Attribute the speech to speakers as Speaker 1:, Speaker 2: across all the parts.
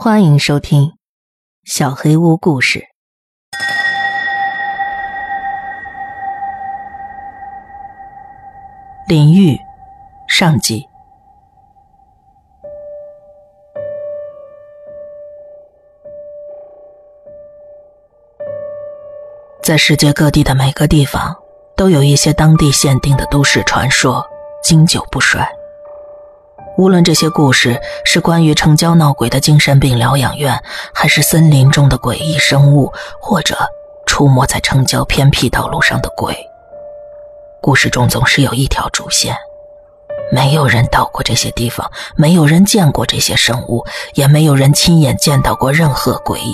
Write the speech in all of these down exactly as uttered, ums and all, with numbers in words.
Speaker 1: 欢迎收听小黑屋故事。林玉上集。在世界各地的每个地方，都有一些当地限定的都市传说，经久不衰。无论这些故事是关于城郊闹鬼的精神病疗养院，还是森林中的诡异生物，或者出没在城郊偏僻道路上的鬼，故事中总是有一条主线：没有人到过这些地方，没有人见过这些生物，也没有人亲眼见到过任何鬼影。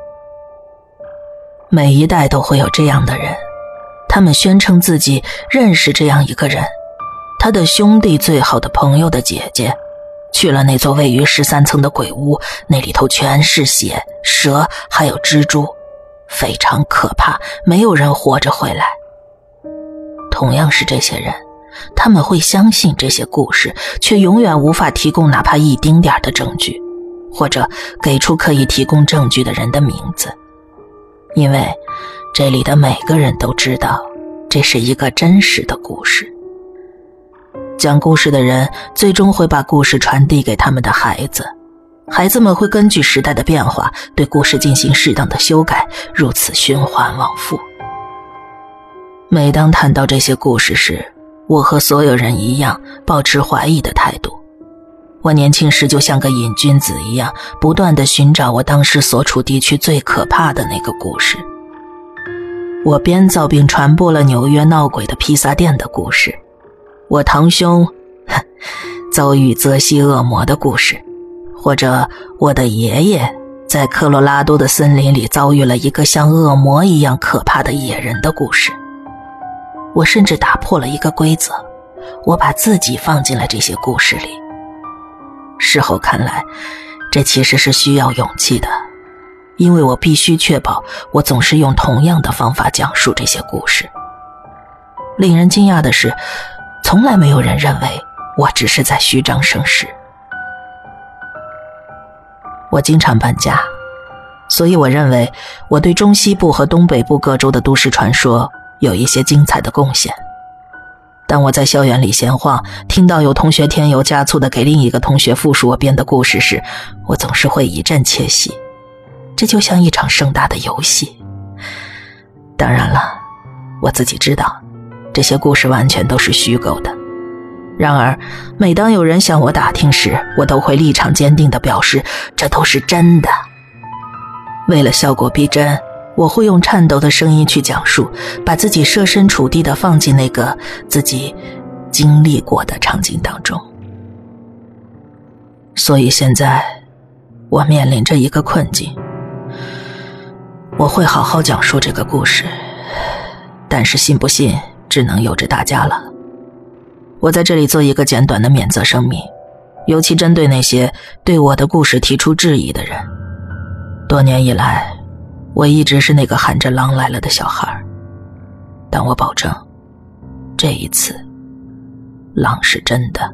Speaker 1: 每一代都会有这样的人，他们宣称自己认识这样一个人，他的兄弟最好的朋友的姐姐去了那座位于十三层的鬼屋，那里头全是血、蛇还有蜘蛛，非常可怕，没有人活着回来。同样是这些人，他们会相信这些故事，却永远无法提供哪怕一丁点的证据，或者给出可以提供证据的人的名字，因为这里的每个人都知道这是一个真实的故事。讲故事的人最终会把故事传递给他们的孩子，孩子们会根据时代的变化对故事进行适当的修改，如此循环往复。每当谈到这些故事时，我和所有人一样抱持怀疑的态度。我年轻时就像个瘾君子一样，不断地寻找我当时所处地区最可怕的那个故事。我编造并传播了纽约闹鬼的披萨店的故事，我堂兄遭遇泽西恶魔的故事，或者我的爷爷在科罗拉多的森林里遭遇了一个像恶魔一样可怕的野人的故事。我甚至打破了一个规则，我把自己放进了这些故事里。事后看来，这其实是需要勇气的，因为我必须确保我总是用同样的方法讲述这些故事。令人惊讶的是，从来没有人认为我只是在虚张声势。我经常搬家，所以我认为我对中西部和东北部各州的都市传说有一些精彩的贡献。当我在校园里闲晃，听到有同学添油加醋地给另一个同学复述我编的故事时，我总是会一阵窃喜，这就像一场盛大的游戏。当然了，我自己知道这些故事完全都是虚构的，然而每当有人向我打听时，我都会立场坚定地表示这都是真的。为了效果逼真，我会用颤抖的声音去讲述，把自己设身处地地放进那个自己经历过的场景当中。所以现在我面临着一个困境，我会好好讲述这个故事，但是信不信只能由着大家了。我在这里做一个简短的免责声明，尤其针对那些对我的故事提出质疑的人。多年以来，我一直是那个喊着狼来了的小孩，但我保证，这一次狼是真的。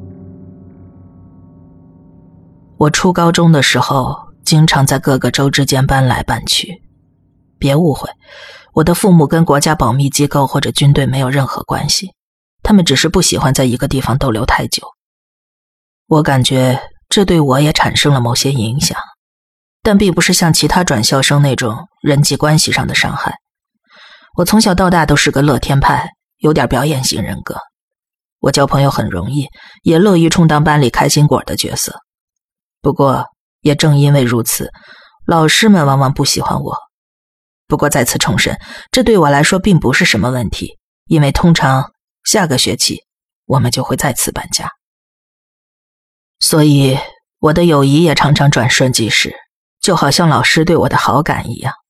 Speaker 1: 我初高中的时候经常在各个州之间搬来搬去，别误会，我的父母跟国家保密机构或者军队没有任何关系，他们只是不喜欢在一个地方逗留太久。我感觉这对我也产生了某些影响，但并不是像其他转校生那种人际关系上的伤害。我从小到大都是个乐天派，有点表演型人格。我交朋友很容易，也乐于充当班里开心果的角色。不过也正因为如此，老师们往往不喜欢我。不过再次重申，这对我来说并不是什么问题，因为通常下个学期我们就会再次搬家。所以我的友谊也常常转瞬即逝，就好像老师对我的好感一样。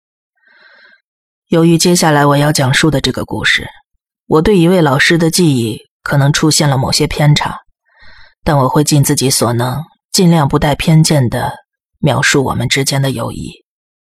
Speaker 1: 由于接下来我要讲述的这个故事，我对一位老师的记忆可能出现了某些偏差，但我会尽自己所能，尽量不带偏见地描述我们之间的友谊。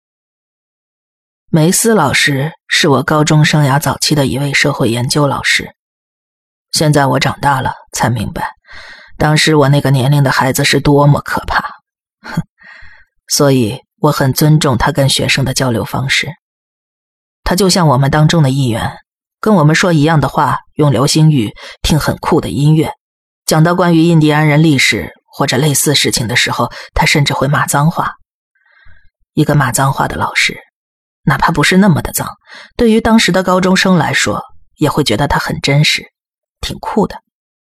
Speaker 1: 梅斯老师是我高中生涯早期的一位社会研究老师，现在我长大了才明白，当时我那个年龄的孩子是多么可怕。哼， 所以我很尊重他跟学生的交流方式。他就像我们当中的一员，跟我们说一样的话，用流行语，听很酷的音乐。讲到关于印第安人历史或者类似事情的时候，他甚至会骂脏话。一个骂脏话的老师，哪怕不是那么的脏，对于当时的高中生来说，也会觉得他很真实，挺酷的。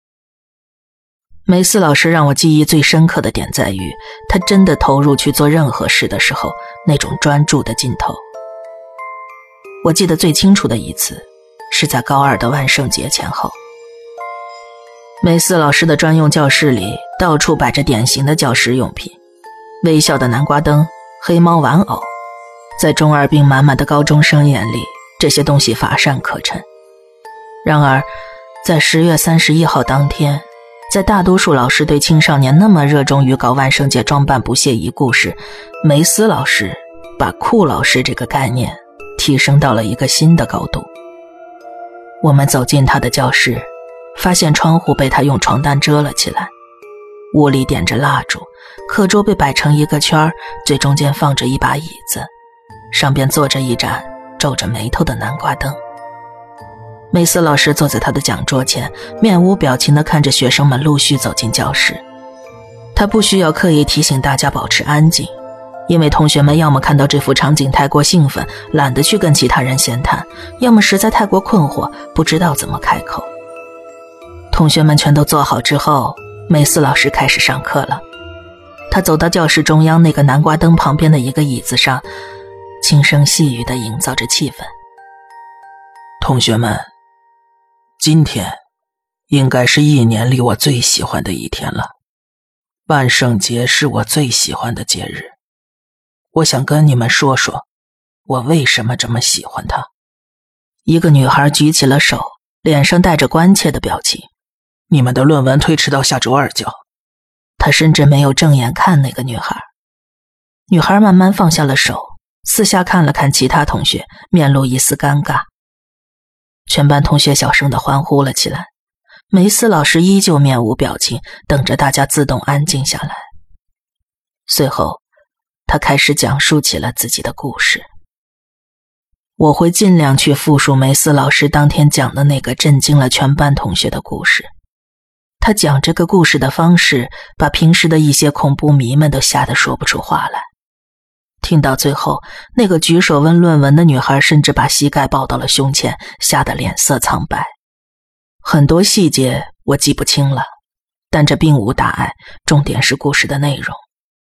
Speaker 1: 梅斯老师让我记忆最深刻的点在于，他真的投入去做任何事的时候，那种专注的劲头。我记得最清楚的一次，是在高二的万圣节前后。梅斯老师的专用教室里到处摆着典型的教师用品，微笑的南瓜灯、黑猫玩偶，在中二病满满的高中生眼里，这些东西乏善可陈。然而在十月三十一号当天，在大多数老师对青少年那么热衷于搞万圣节装扮不屑一顾时，梅斯老师把酷老师这个概念提升到了一个新的高度。我们走进他的教室，发现窗户被他用床单遮了起来，屋里点着蜡烛，课桌被摆成一个圈，最中间放着一把椅子，上边坐着一盏皱着眉头的南瓜灯。梅斯老师坐在他的讲桌前，面无表情地看着学生们陆续走进教室。他不需要刻意提醒大家保持安静，因为同学们要么看到这幅场景太过兴奋，懒得去跟其他人闲谈，要么实在太过困惑，不知道怎么开口。同学们全都坐好之后，梅斯老师开始上课了。他走到教室中央那个南瓜灯旁边的一个椅子上，轻声细语地营造着气氛。
Speaker 2: 同学们，今天应该是一年里我最喜欢的一天了。万圣节是我最喜欢的节日。我想跟你们说说，我为什么这么喜欢它。
Speaker 1: 一个女孩举起了手，脸上带着关切的表情。
Speaker 2: 你们的论文推迟到下周二交。
Speaker 1: 他甚至没有正眼看那个女孩。女孩慢慢放下了手，四下看了看其他同学，面露一丝尴尬。全班同学小声地欢呼了起来。梅斯老师依旧面无表情，等着大家自动安静下来。随后他开始讲述起了自己的故事。我会尽量去复述梅斯老师当天讲的那个震惊了全班同学的故事。他讲这个故事的方式，把平时的一些恐怖迷们都吓得说不出话来。听到最后，那个举手问论文的女孩甚至把膝盖抱到了胸前，吓得脸色苍白。很多细节我记不清了，但这并无大碍，重点是故事的内容。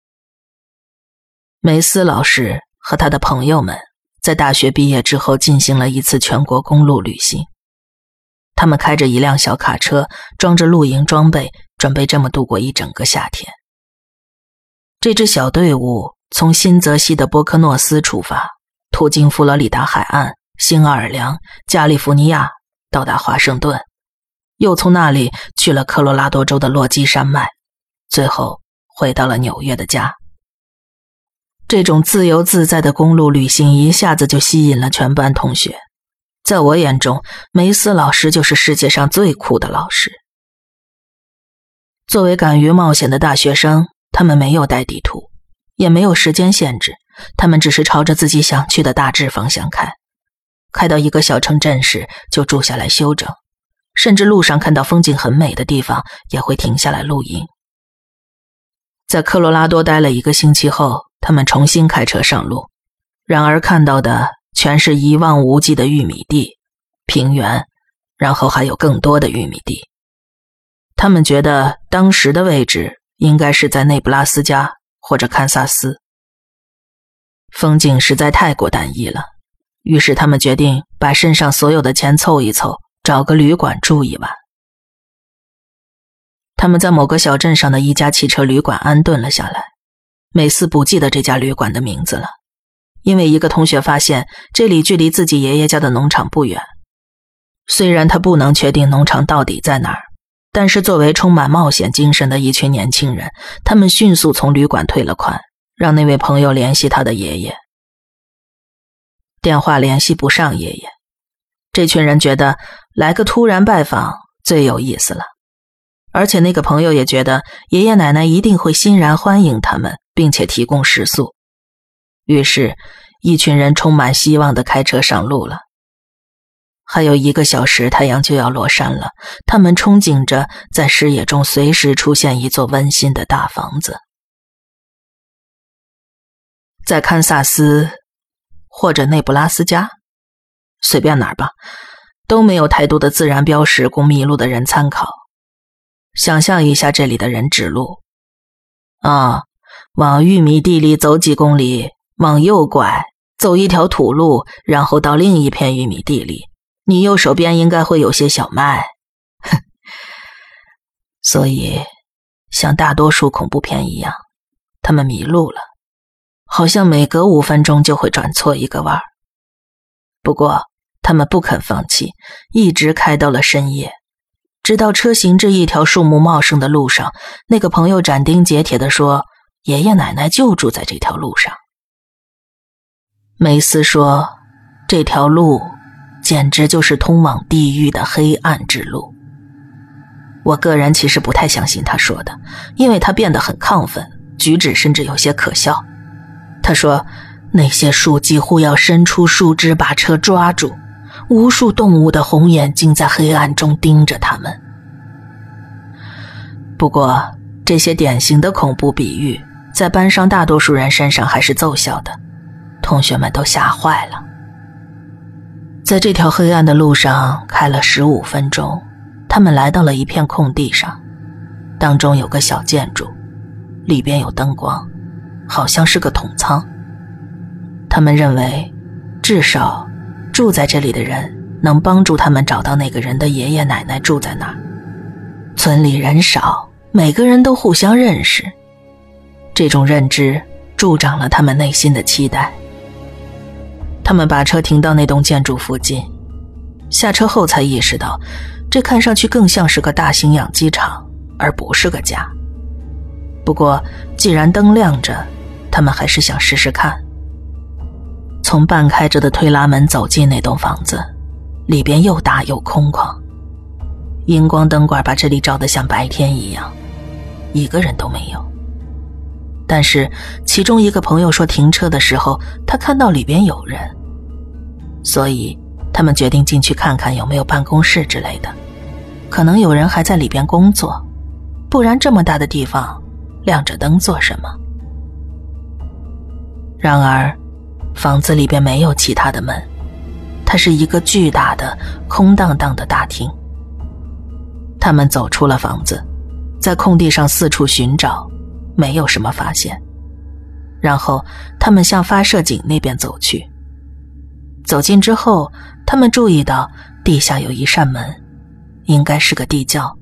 Speaker 1: 梅斯老师和他的朋友们在大学毕业之后进行了一次全国公路旅行。他们开着一辆小卡车，装着露营装备，准备这么度过一整个夏天。这支小队伍从新泽西的波克诺斯出发，途经佛罗里达海岸、新奥尔良、加利福尼亚，到达华盛顿，又从那里去了科罗拉多州的落基山脉，最后回到了纽约的家。这种自由自在的公路旅行一下子就吸引了全班同学。在我眼中，梅斯老师就是世界上最酷的老师。作为敢于冒险的大学生，他们没有带地图，也没有时间限制，他们只是朝着自己想去的大致方向开。开到一个小城镇时，就住下来休整，甚至路上看到风景很美的地方，也会停下来露营。在科罗拉多待了一个星期后，他们重新开车上路，然而看到的全是一望无际的玉米地、平原，然后还有更多的玉米地。他们觉得当时的位置应该是在内布拉斯加或者堪萨斯。风景实在太过单一了，于是他们决定把身上所有的钱凑一凑，找个旅馆住一晚。他们在某个小镇上的一家汽车旅馆安顿了下来。美斯不记得这家旅馆的名字了，因为一个同学发现这里距离自己爷爷家的农场不远。虽然他不能确定农场到底在哪儿，但是作为充满冒险精神的一群年轻人，他们迅速从旅馆退了款，让那位朋友联系他的爷爷。电话联系不上爷爷，这群人觉得来个突然拜访最有意思了，而且那个朋友也觉得爷爷奶奶一定会欣然欢迎他们， 并且提供食宿。于是一群人充满希望地开车上路了。还有一个小时太阳就要落山了，他们憧憬着在视野中随时出现一座温馨的大房子。在堪萨斯或者内布拉斯加，随便哪儿吧，都没有太多的自然标识供迷路的人参考。想象一下这里的人指路啊，往玉米地里走几公里，往右拐，走一条土路，然后到另一片玉米地里，你右手边应该会有些小麦。所以像大多数恐怖片一样，他们迷路了，好像每隔五分钟就会转错一个弯。不过他们不肯放弃，一直开到了深夜，直到车行至一条树木茂盛的路上，那个朋友斩钉截铁地说，爷爷奶奶就住在这条路上。梅斯说，这条路简直就是通往地狱的黑暗之路。我个人其实不太相信他说的，因为他变得很亢奋，举止甚至有些可笑。他说，那些树几乎要伸出树枝把车抓住，无数动物的红眼睛在黑暗中盯着他们。不过这些典型的恐怖比喻在班上大多数人身上还是奏效的，同学们都吓坏了。在这条黑暗的路上开了十五分钟，他们来到了一片空地上，当中有个小建筑，里边有灯光，好像是个统仓。他们认为至少住在这里的人能帮助他们找到那个人的爷爷奶奶住在哪儿。村里人少，每个人都互相认识，这种认知助长了他们内心的期待。他们把车停到那栋建筑附近，下车后才意识到，这看上去更像是个大型养鸡场，而不是个家。不过既然灯亮着，他们还是想试试看。从半开着的推拉门走进那栋房子，里边又大又空旷，荧光灯管把这里照得像白天一样，一个人都没有。但是其中一个朋友说停车的时候他看到里边有人，所以他们决定进去看看有没有办公室之类的，可能有人还在里边工作，不然这么大的地方亮着灯做什么？然而房子里边没有其他的门，它是一个巨大的空荡荡的大厅。他们走出了房子，在空地上四处寻找，没有什么发现。然后他们向发射井那边走去。走近之后，他们注意到地下有一扇门，应该是个地窖。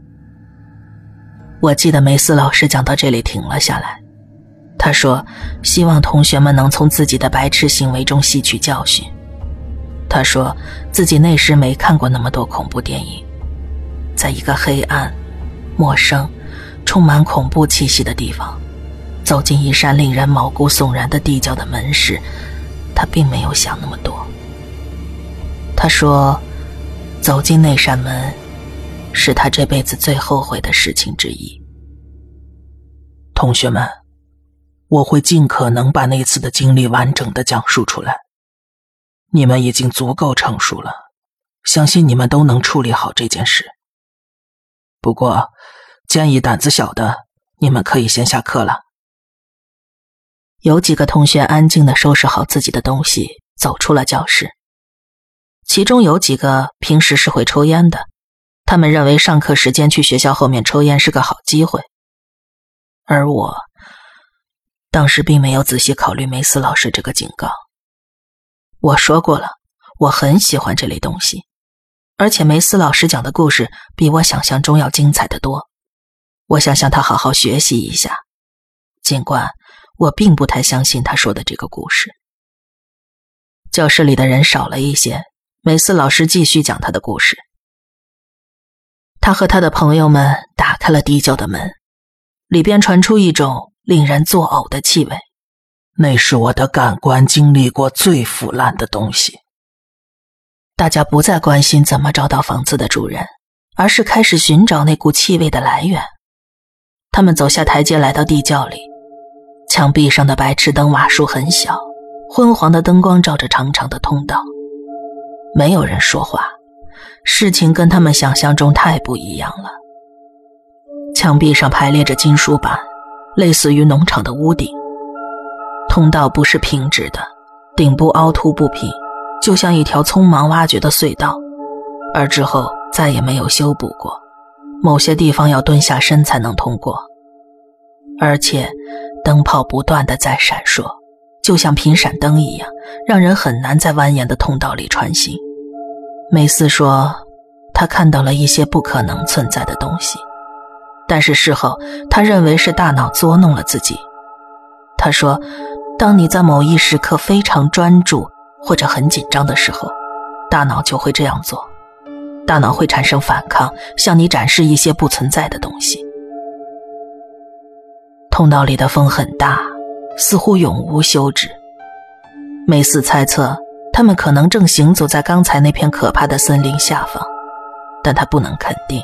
Speaker 1: 我记得梅斯老师讲到这里停了下来，他说希望同学们能从自己的白痴行为中吸取教训。他说自己那时没看过那么多恐怖电影，在一个黑暗、陌生、充满恐怖气息的地方，走进一扇令人毛骨悚然的地窖的门时，他并没有想那么多。他说走进那扇门是他这辈子最后悔的事情之一。
Speaker 2: 同学们，我会尽可能把那次的经历完整的讲述出来。你们已经足够成熟了，相信你们都能处理好这件事。不过建议胆子小的，你们可以先下课了。
Speaker 1: 有几个同学安静地收拾好自己的东西，走出了教室。其中有几个平时是会抽烟的，他们认为上课时间去学校后面抽烟是个好机会。而我当时并没有仔细考虑梅斯老师这个警告。我说过了，我很喜欢这类东西，而且梅斯老师讲的故事比我想象中要精彩得多。我想向他好好学习一下，尽管我并不太相信他说的这个故事。教室里的人少了一些，梅斯老师继续讲他的故事。他和他的朋友们打开了地窖的门，里边传出一种令人作呕的气味。
Speaker 2: 那是我的感官经历过最腐烂的东西。
Speaker 1: 大家不再关心怎么找到房子的主人，而是开始寻找那股气味的来源。他们走下台阶来到地窖里，墙墙壁上的白炽灯瓦数很小，昏黄的灯光照着长长的通道。没有人说话，事情跟他们想象中太不一样了。墙壁上排列着金属板，类似于农场的屋顶。通道不是平直的，顶部凹凸不平，就像一条匆忙挖掘的隧道，而之后再也没有修补过，某些地方要蹲下身才能通过。而且灯泡不断地在闪烁，就像频闪灯一样，让人很难在蜿蜒的通道里穿行。梅斯说他看到了一些不可能存在的东西，但是事后他认为是大脑作弄了自己。他说当你在某一时刻非常专注或者很紧张的时候，大脑就会这样做，大脑会产生反抗，向你展示一些不存在的东西。通道里的风很大，似乎永无休止。梅斯猜测他们可能正行走在刚才那片可怕的森林下方，但他不能肯定。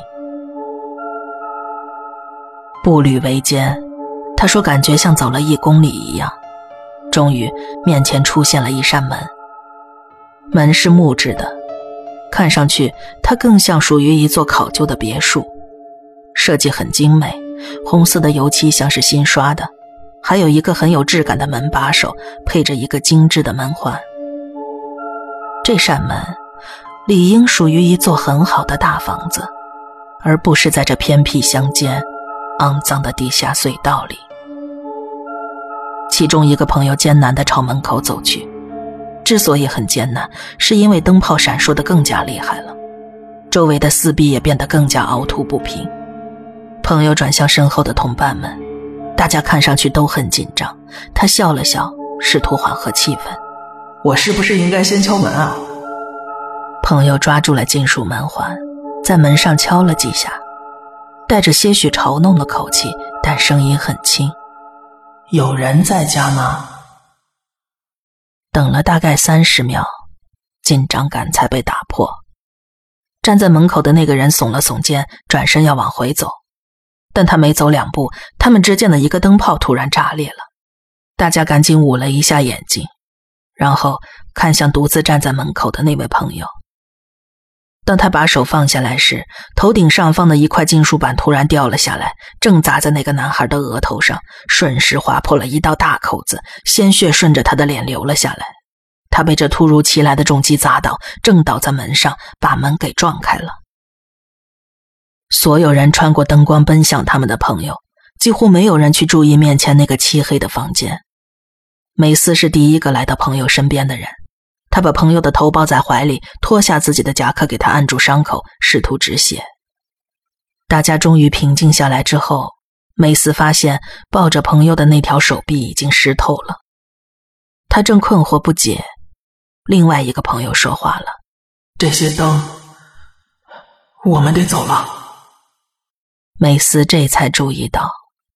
Speaker 1: 步履维艰，他说感觉像走了一公里一样。终于面前出现了一扇门，门是木质的，看上去它更像属于一座考究的别墅，设计很精美，红色的油漆像是新刷的，还有一个很有质感的门把手，配着一个精致的门环。这扇门理应属于一座很好的大房子，而不是在这偏僻乡间肮脏的地下隧道里。其中一个朋友艰难地朝门口走去，之所以很艰难，是因为灯泡闪烁得更加厉害了，周围的四壁也变得更加凹凸不平。朋友转向身后的同伴们，大家看上去都很紧张，他笑了笑，试图缓和气氛。
Speaker 2: 我是不是应该先敲门啊？
Speaker 1: 朋友抓住了金属门环，在门上敲了几下，带着些许嘲弄的口气，但声音很轻。
Speaker 2: 有人在家吗？
Speaker 1: 等了大概三十秒，紧张感才被打破。站在门口的那个人耸了耸肩，转身要往回走，但他没走两步，他们之间的一个灯泡突然炸裂了。大家赶紧捂了一下眼睛，然后看向独自站在门口的那位朋友。当他把手放下来时，头顶上方的一块金属板突然掉了下来，正砸在那个男孩的额头上，瞬时划破了一道大口子，鲜血顺着他的脸流了下来。他被这突如其来的重击砸倒，正倒在门上，把门给撞开了。所有人穿过灯光奔向他们的朋友，几乎没有人去注意面前那个漆黑的房间。梅斯是第一个来到朋友身边的人，他把朋友的头抱在怀里，脱下自己的夹克给他按住伤口，试图止血。大家终于平静下来之后，梅斯发现抱着朋友的那条手臂已经湿透了。他正困惑不解，另外一个朋友说话了：
Speaker 2: 这些灯，我们得走了。
Speaker 1: 梅斯这才注意到，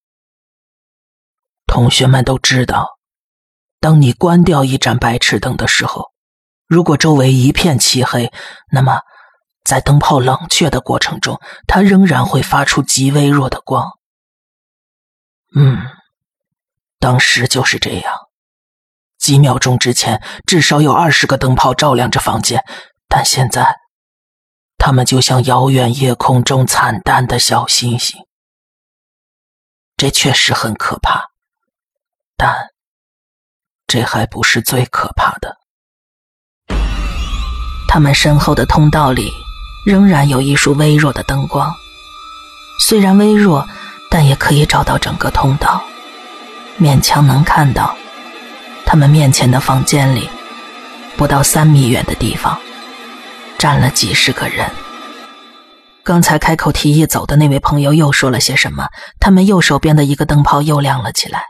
Speaker 2: 同学们都知道，当你关掉一盏白炽灯的时候，如果周围一片漆黑，那么在灯泡冷却的过程中，它仍然会发出极微弱的光。嗯，当时就是这样。几秒钟之前，至少有二十个灯泡照亮着房间，但现在，它们就像遥远夜空中惨淡的小星星。这确实很可怕，但这还不是最可怕的。
Speaker 1: 他们身后的通道里仍然有一束微弱的灯光，虽然微弱，但也可以找到整个通道，勉强能看到他们面前的房间里，不到三米远的地方站了几十个人。刚才开口提议走的那位朋友又说了些什么，他们右手边的一个灯泡又亮了起来。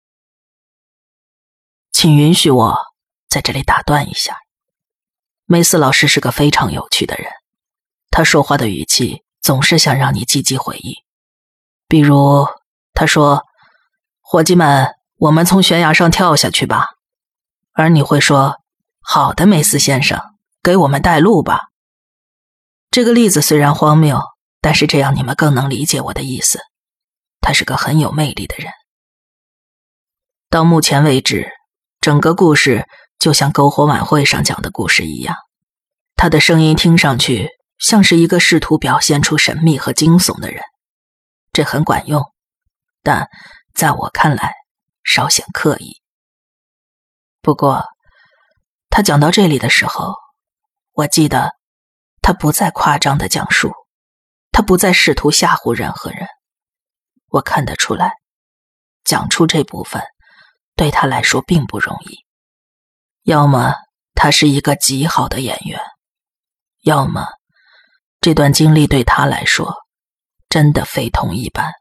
Speaker 1: 请允许我在这里打断一下。梅斯老师是个非常有趣的人，他说话的语气总是想让你积极回忆。比如他说，伙计们，我们从悬崖上跳下去吧。而你会说，好的，梅斯先生，给我们带路吧。这个例子虽然荒谬，但是这样你们更能理解我的意思。他是个很有魅力的人。 到目前为止，整个故事就像篝火晚会上讲的故事一样，他的声音听上去像是一个试图表现出神秘和惊悚的人，这很管用，但在我看来稍显刻意。不过他讲到这里的时候，我记得他不再夸张地讲述，他不再试图吓唬任何人。我看得出来，讲出这部分对他来说并不容易。要么他是一个极好的演员，要么这段经历对他来说真的非同一般。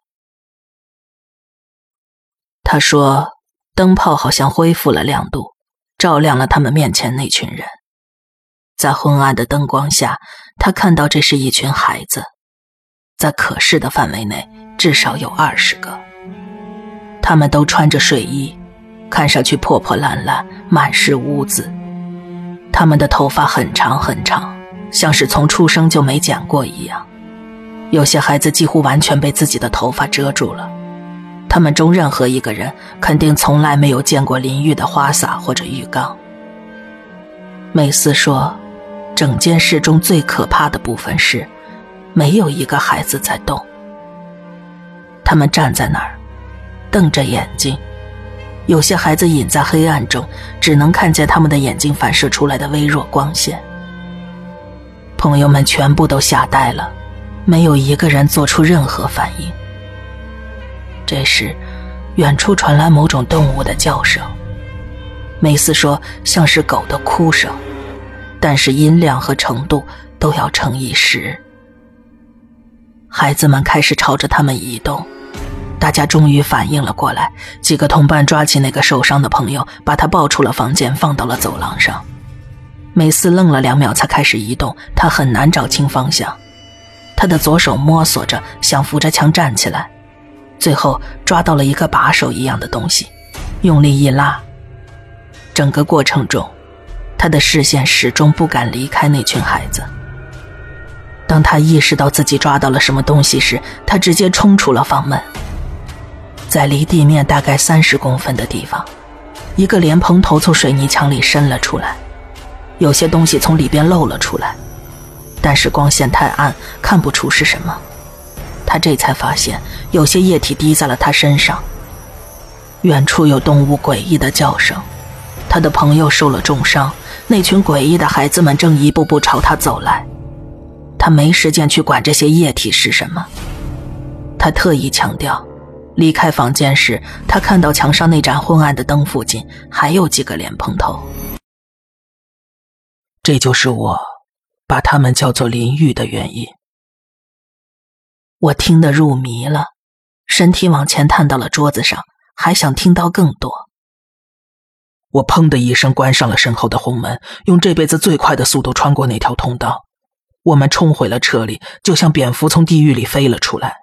Speaker 1: 他说，灯泡好像恢复了亮度，照亮了他们面前那群人。在昏暗的灯光下，他看到这是一群孩子，在可视的范围内至少有二十个。他们都穿着睡衣，看上去破破烂烂，满是污渍。他们的头发很长很长，像是从出生就没剪过一样。有些孩子几乎完全被自己的头发遮住了。他们中任何一个人肯定从来没有见过淋浴的花洒或者浴缸。梅斯说，整件事中最可怕的部分是，没有一个孩子在动。他们站在那儿，瞪着眼睛，有些孩子隐在黑暗中，只能看见他们的眼睛反射出来的微弱光线。朋友们全部都吓呆了，没有一个人做出任何反应。这时，远处传来某种动物的叫声。梅斯说，像是狗的哭声，但是音量和程度都要乘以十。孩子们开始朝着他们移动，大家终于反应了过来，几个同伴抓起那个受伤的朋友，把他抱出了房间，放到了走廊上。梅斯愣了两秒才开始移动，他很难找清方向。他的左手摸索着，想扶着墙站起来，最后抓到了一个把手一样的东西，用力一拉。整个过程中，他的视线始终不敢离开那群孩子。当他意识到自己抓到了什么东西时，他直接冲出了房门。在离地面大概三十公分的地方，一个莲蓬头从水泥墙里伸了出来，有些东西从里边露了出来，但是光线太暗，看不出是什么。他这才发现有些液体滴在了他身上。远处有动物诡异的叫声，他的朋友受了重伤，那群诡异的孩子们正一步步朝他走来。他没时间去管这些液体是什么。他特意强调，离开房间时，他看到墙上那盏昏暗的灯附近还有几个莲蓬头。
Speaker 2: 这就是我把他们叫做淋浴的原因。
Speaker 1: 我听得入迷了，身体往前探到了桌子上，还想听到更多。
Speaker 2: 我砰的一声关上了身后的红门，用这辈子最快的速度穿过那条通道。我们冲回了车里，就像蝙蝠从地狱里飞了出来。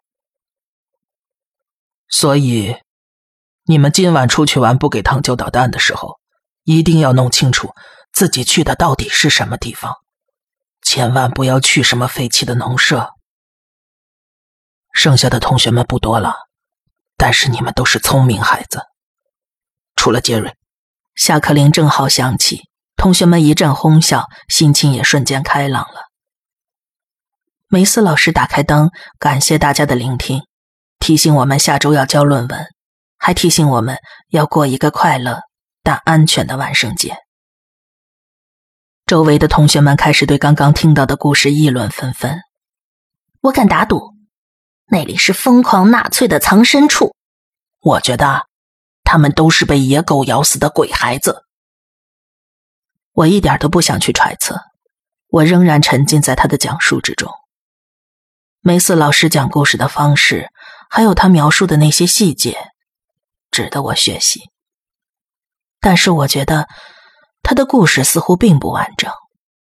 Speaker 2: 所以，你们今晚出去玩不给糖酒捣蛋的时候，一定要弄清楚自己去的到底是什么地方，千万不要去什么废弃的农舍。剩下的同学们不多了，但是你们都是聪明孩子，除了杰瑞。
Speaker 1: 下课铃正好响起，同学们一阵哄笑，心情也瞬间开朗了。梅斯老师打开灯，感谢大家的聆听，提醒我们下周要交论文，还提醒我们要过一个快乐但安全的万圣节。周围的同学们开始对刚刚听到的故事议论纷纷。
Speaker 3: 我敢打赌，那里是疯狂纳粹的藏身处。
Speaker 2: 我觉得他们都是被野狗咬死的鬼孩子。
Speaker 1: 我一点都不想去揣测，我仍然沉浸在他的讲述之中。梅斯老师讲故事的方式，还有他描述的那些细节，值得我学习。但是我觉得他的故事似乎并不完整。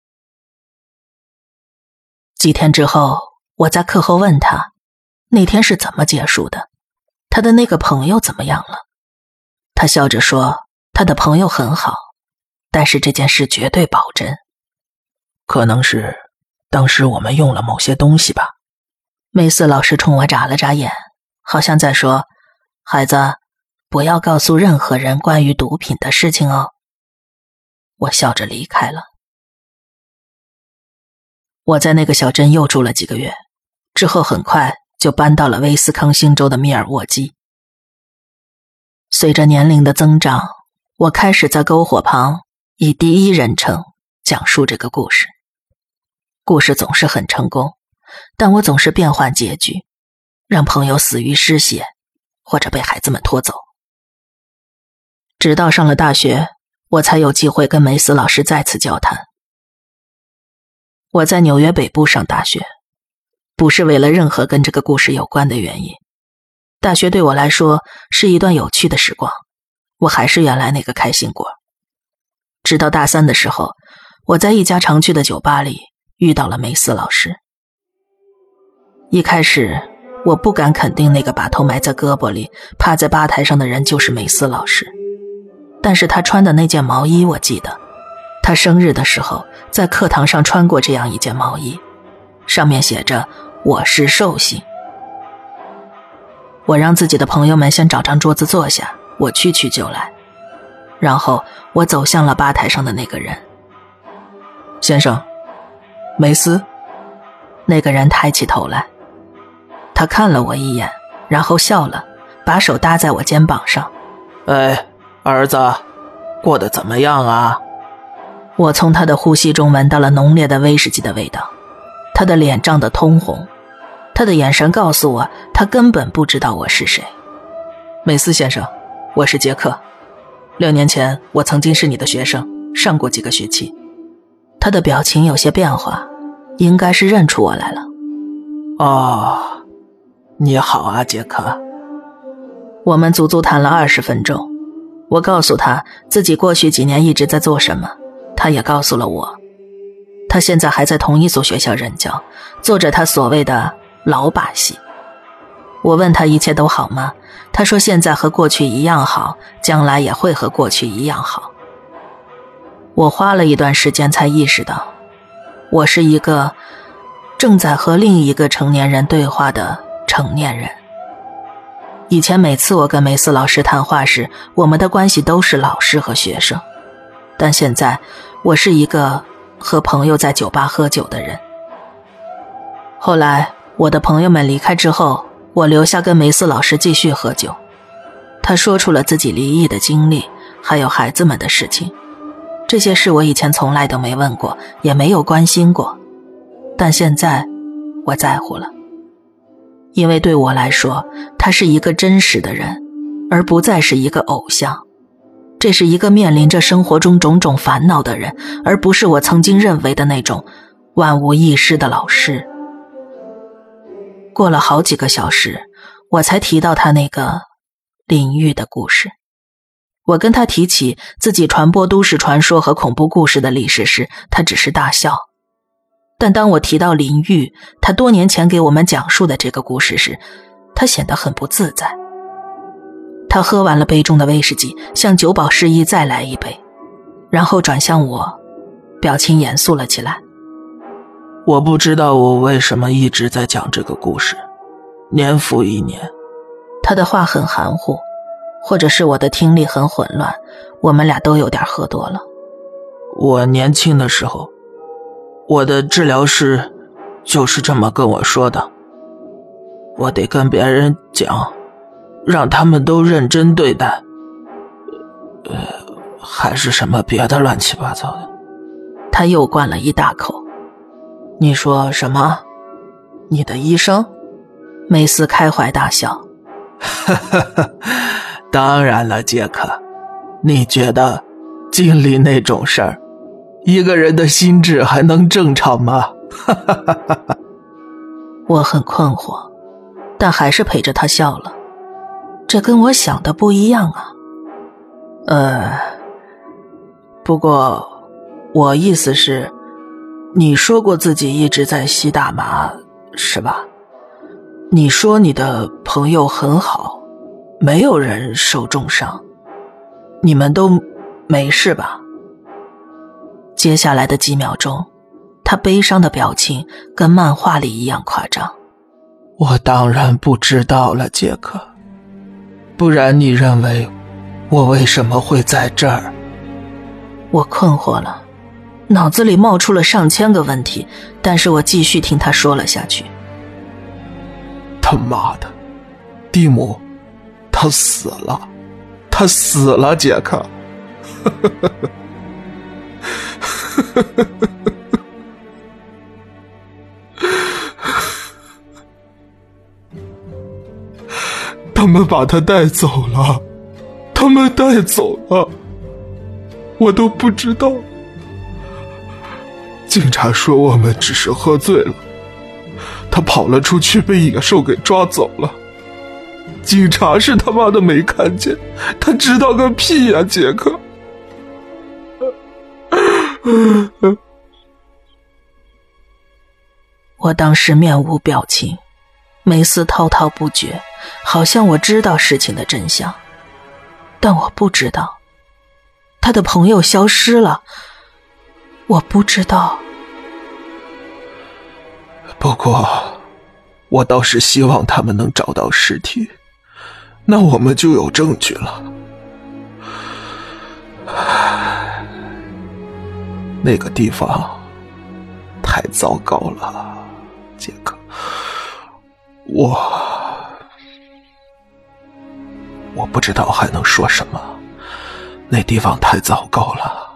Speaker 1: 几天之后，我在课后问他，那天是怎么结束的？他的那个朋友怎么样了？他笑着说，他的朋友很好，但是这件事绝对保真。
Speaker 2: 可能是当时我们用了某些东西吧。
Speaker 1: 梅斯老师冲我眨了眨眼，好像在说，孩子， 不要告诉任何人关于毒品的事情哦。我笑着离开了。我在那个小镇又住了几个月，之后很快就搬到了威斯康星州的密尔沃基。随着年龄的增长，我开始在篝火旁以第一人称讲述这个故事。故事总是很成功，但我总是变换结局，让朋友死于失血，或者被孩子们拖走。直到上了大学，我才有机会跟梅斯老师再次交谈。我在纽约北部上大学，不是为了任何跟这个故事有关的原因。大学对我来说是一段有趣的时光，我还是原来那个开心果。直到大三的时候，我在一家常去的酒吧里遇到了梅斯老师。一开始我不敢肯定那个把头埋在胳膊里趴在吧台上的人就是梅斯老师，但是他穿的那件毛衣我记得，他生日的时候在课堂上穿过这样一件毛衣，上面写着我是寿星。我让自己的朋友们先找张桌子坐下，我去去就来，然后我走向了吧台上的那个人。
Speaker 2: 先生，梅斯。
Speaker 1: 那个人抬起头来，他看了我一眼，然后笑了，把手搭在我肩膀上。
Speaker 2: 哎，儿子，过得怎么样啊？
Speaker 1: 我从他的呼吸中闻到了浓烈的威士忌的味道，他的脸涨得通红，他的眼神告诉我他根本不知道我是谁。
Speaker 2: 梅斯先生，我是杰克，六年前我曾经是你的学生，上过几个学期。
Speaker 1: 他的表情有些变化，应该是认出我来了。
Speaker 2: 哦，你好啊，杰克。
Speaker 1: 我们足足谈了二十分钟，我告诉他自己过去几年一直在做什么，他也告诉了我。他现在还在同一所学校任教，做着他所谓的老把戏。我问他一切都好吗？他说现在和过去一样好，将来也会和过去一样好。我花了一段时间才意识到，我是一个正在和另一个成年人对话的成年人。以前每次我跟梅斯老师谈话时，我们的关系都是老师和学生，但现在我是一个和朋友在酒吧喝酒的人。后来我的朋友们离开之后，我留下跟梅斯老师继续喝酒。他说出了自己离异的经历，还有孩子们的事情。这些事我以前从来都没问过，也没有关心过，但现在我在乎了。因为对我来说，他是一个真实的人，而不再是一个偶像。这是一个面临着生活中种种烦恼的人，而不是我曾经认为的那种万无一失的老师。过了好几个小时，我才提到他那个淋浴的故事。我跟他提起自己传播都市传说和恐怖故事的历史时，他只是大笑。但当我提到淋浴，他多年前给我们讲述的这个故事时，他显得很不自在。他喝完了杯中的威士忌，向酒保示意再来一杯，然后转向我，表情严肃了起来。
Speaker 2: 我不知道我为什么一直在讲这个故事，年复一年。
Speaker 1: 他的话很含糊，或者是我的听力很混乱，我们俩都有点喝多了。
Speaker 2: 我年轻的时候，我的治疗师就是这么跟我说的，我得跟别人讲，让他们都认真对待，呃，还是什么别的乱七八糟的。
Speaker 1: 他又灌了一大口。
Speaker 2: 你说什么？你的医生？
Speaker 1: 梅斯开怀大笑。
Speaker 2: 哈哈哈，当然了，杰克，你觉得经历那种事儿，一个人的心智还能正常吗？哈哈哈哈。
Speaker 1: 我很困惑，但还是陪着他笑了。这跟我想的不一样啊。
Speaker 2: 呃，不过我意思是，你说过自己一直在吸大麻，是吧？你说你的朋友很好，没有人受重伤，你们都没事吧？
Speaker 1: 接下来的几秒钟，他悲伤的表情跟漫画里一样夸张。
Speaker 2: 我当然不知道了，杰克。 不然你认为我为什么会在这儿？
Speaker 1: 我困惑了，脑子里冒出了上千个问题，但是我继续听他说了下去。
Speaker 4: 他妈的，蒂姆，他死了，他死了，杰克。他们把他带走了，他们带走了，我都不知道。警察说我们只是喝醉了，他跑了出去，被野兽给抓走了。警察是他妈的没看见，他知道个屁呀，杰克。
Speaker 1: 我当时面无表情，梅斯滔滔不绝，好像我知道事情的真相，但我不知道他的朋友消失了，我不知道。
Speaker 4: 不过我倒是希望他们能找到尸体，那我们就有证据了。那个地方太糟糕了，杰克。我我不知道还能说什么，那地方太糟糕了。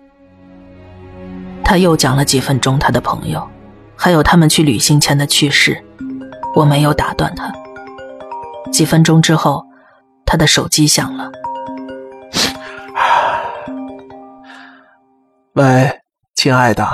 Speaker 1: 他又讲了几分钟他的朋友，还有他们去旅行前的趣事，我没有打断他。几分钟之后，他的手机响了。
Speaker 2: 喂，亲爱的。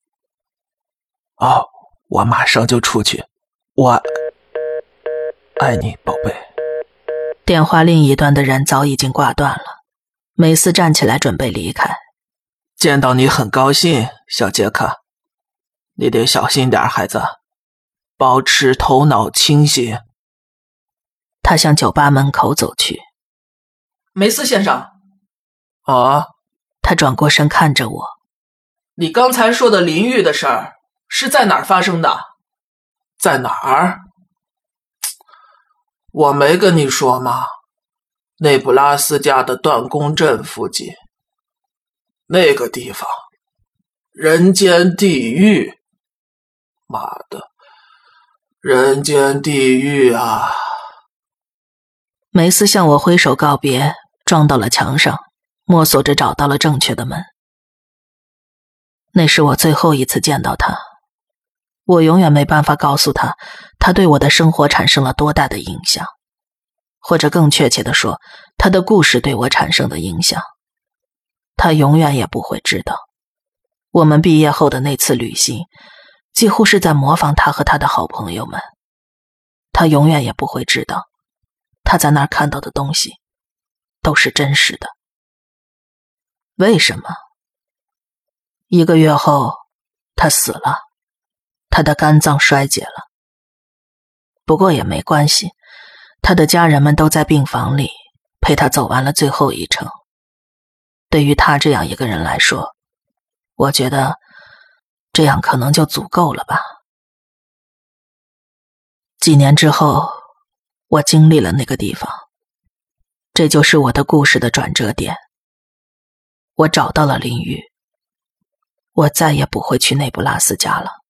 Speaker 2: 哦，我马上就出去，我爱你，宝贝。
Speaker 1: 电话另一端的人早已经挂断了。梅斯站起来准备离开。
Speaker 2: 见到你很高兴，小杰克。你得小心点，孩子，保持头脑清醒。
Speaker 1: 他向酒吧门口走去。
Speaker 2: 梅斯先生。啊？
Speaker 1: 他转过身看着我。
Speaker 2: 你刚才说的淋浴的事儿是在哪儿发生的？在哪儿？我没跟你说吗？内布拉斯加的断弓镇附近。那个地方，人间地狱。妈的，人间地狱啊！
Speaker 1: 梅斯向我挥手告别，撞到了墙上，摸索着找到了正确的门。那是我最后一次见到他，我永远没办法告诉他，他对我的生活产生了多大的影响，或者更确切地说，他的故事对我产生的影响。他永远也不会知道，我们毕业后的那次旅行，几乎是在模仿他和他的好朋友们。他永远也不会知道，他在那儿看到的东西都是真实的。为什么？一个月后，他死了，他的肝脏衰竭了。不过也没关系，他的家人们都在病房里陪他走完了最后一程。对于他这样一个人来说，我觉得这样可能就足够了吧。几年之后，我经历了那个地方，这就是我的故事的转折点。我找到了淋浴，我再也不会去内布拉斯加了。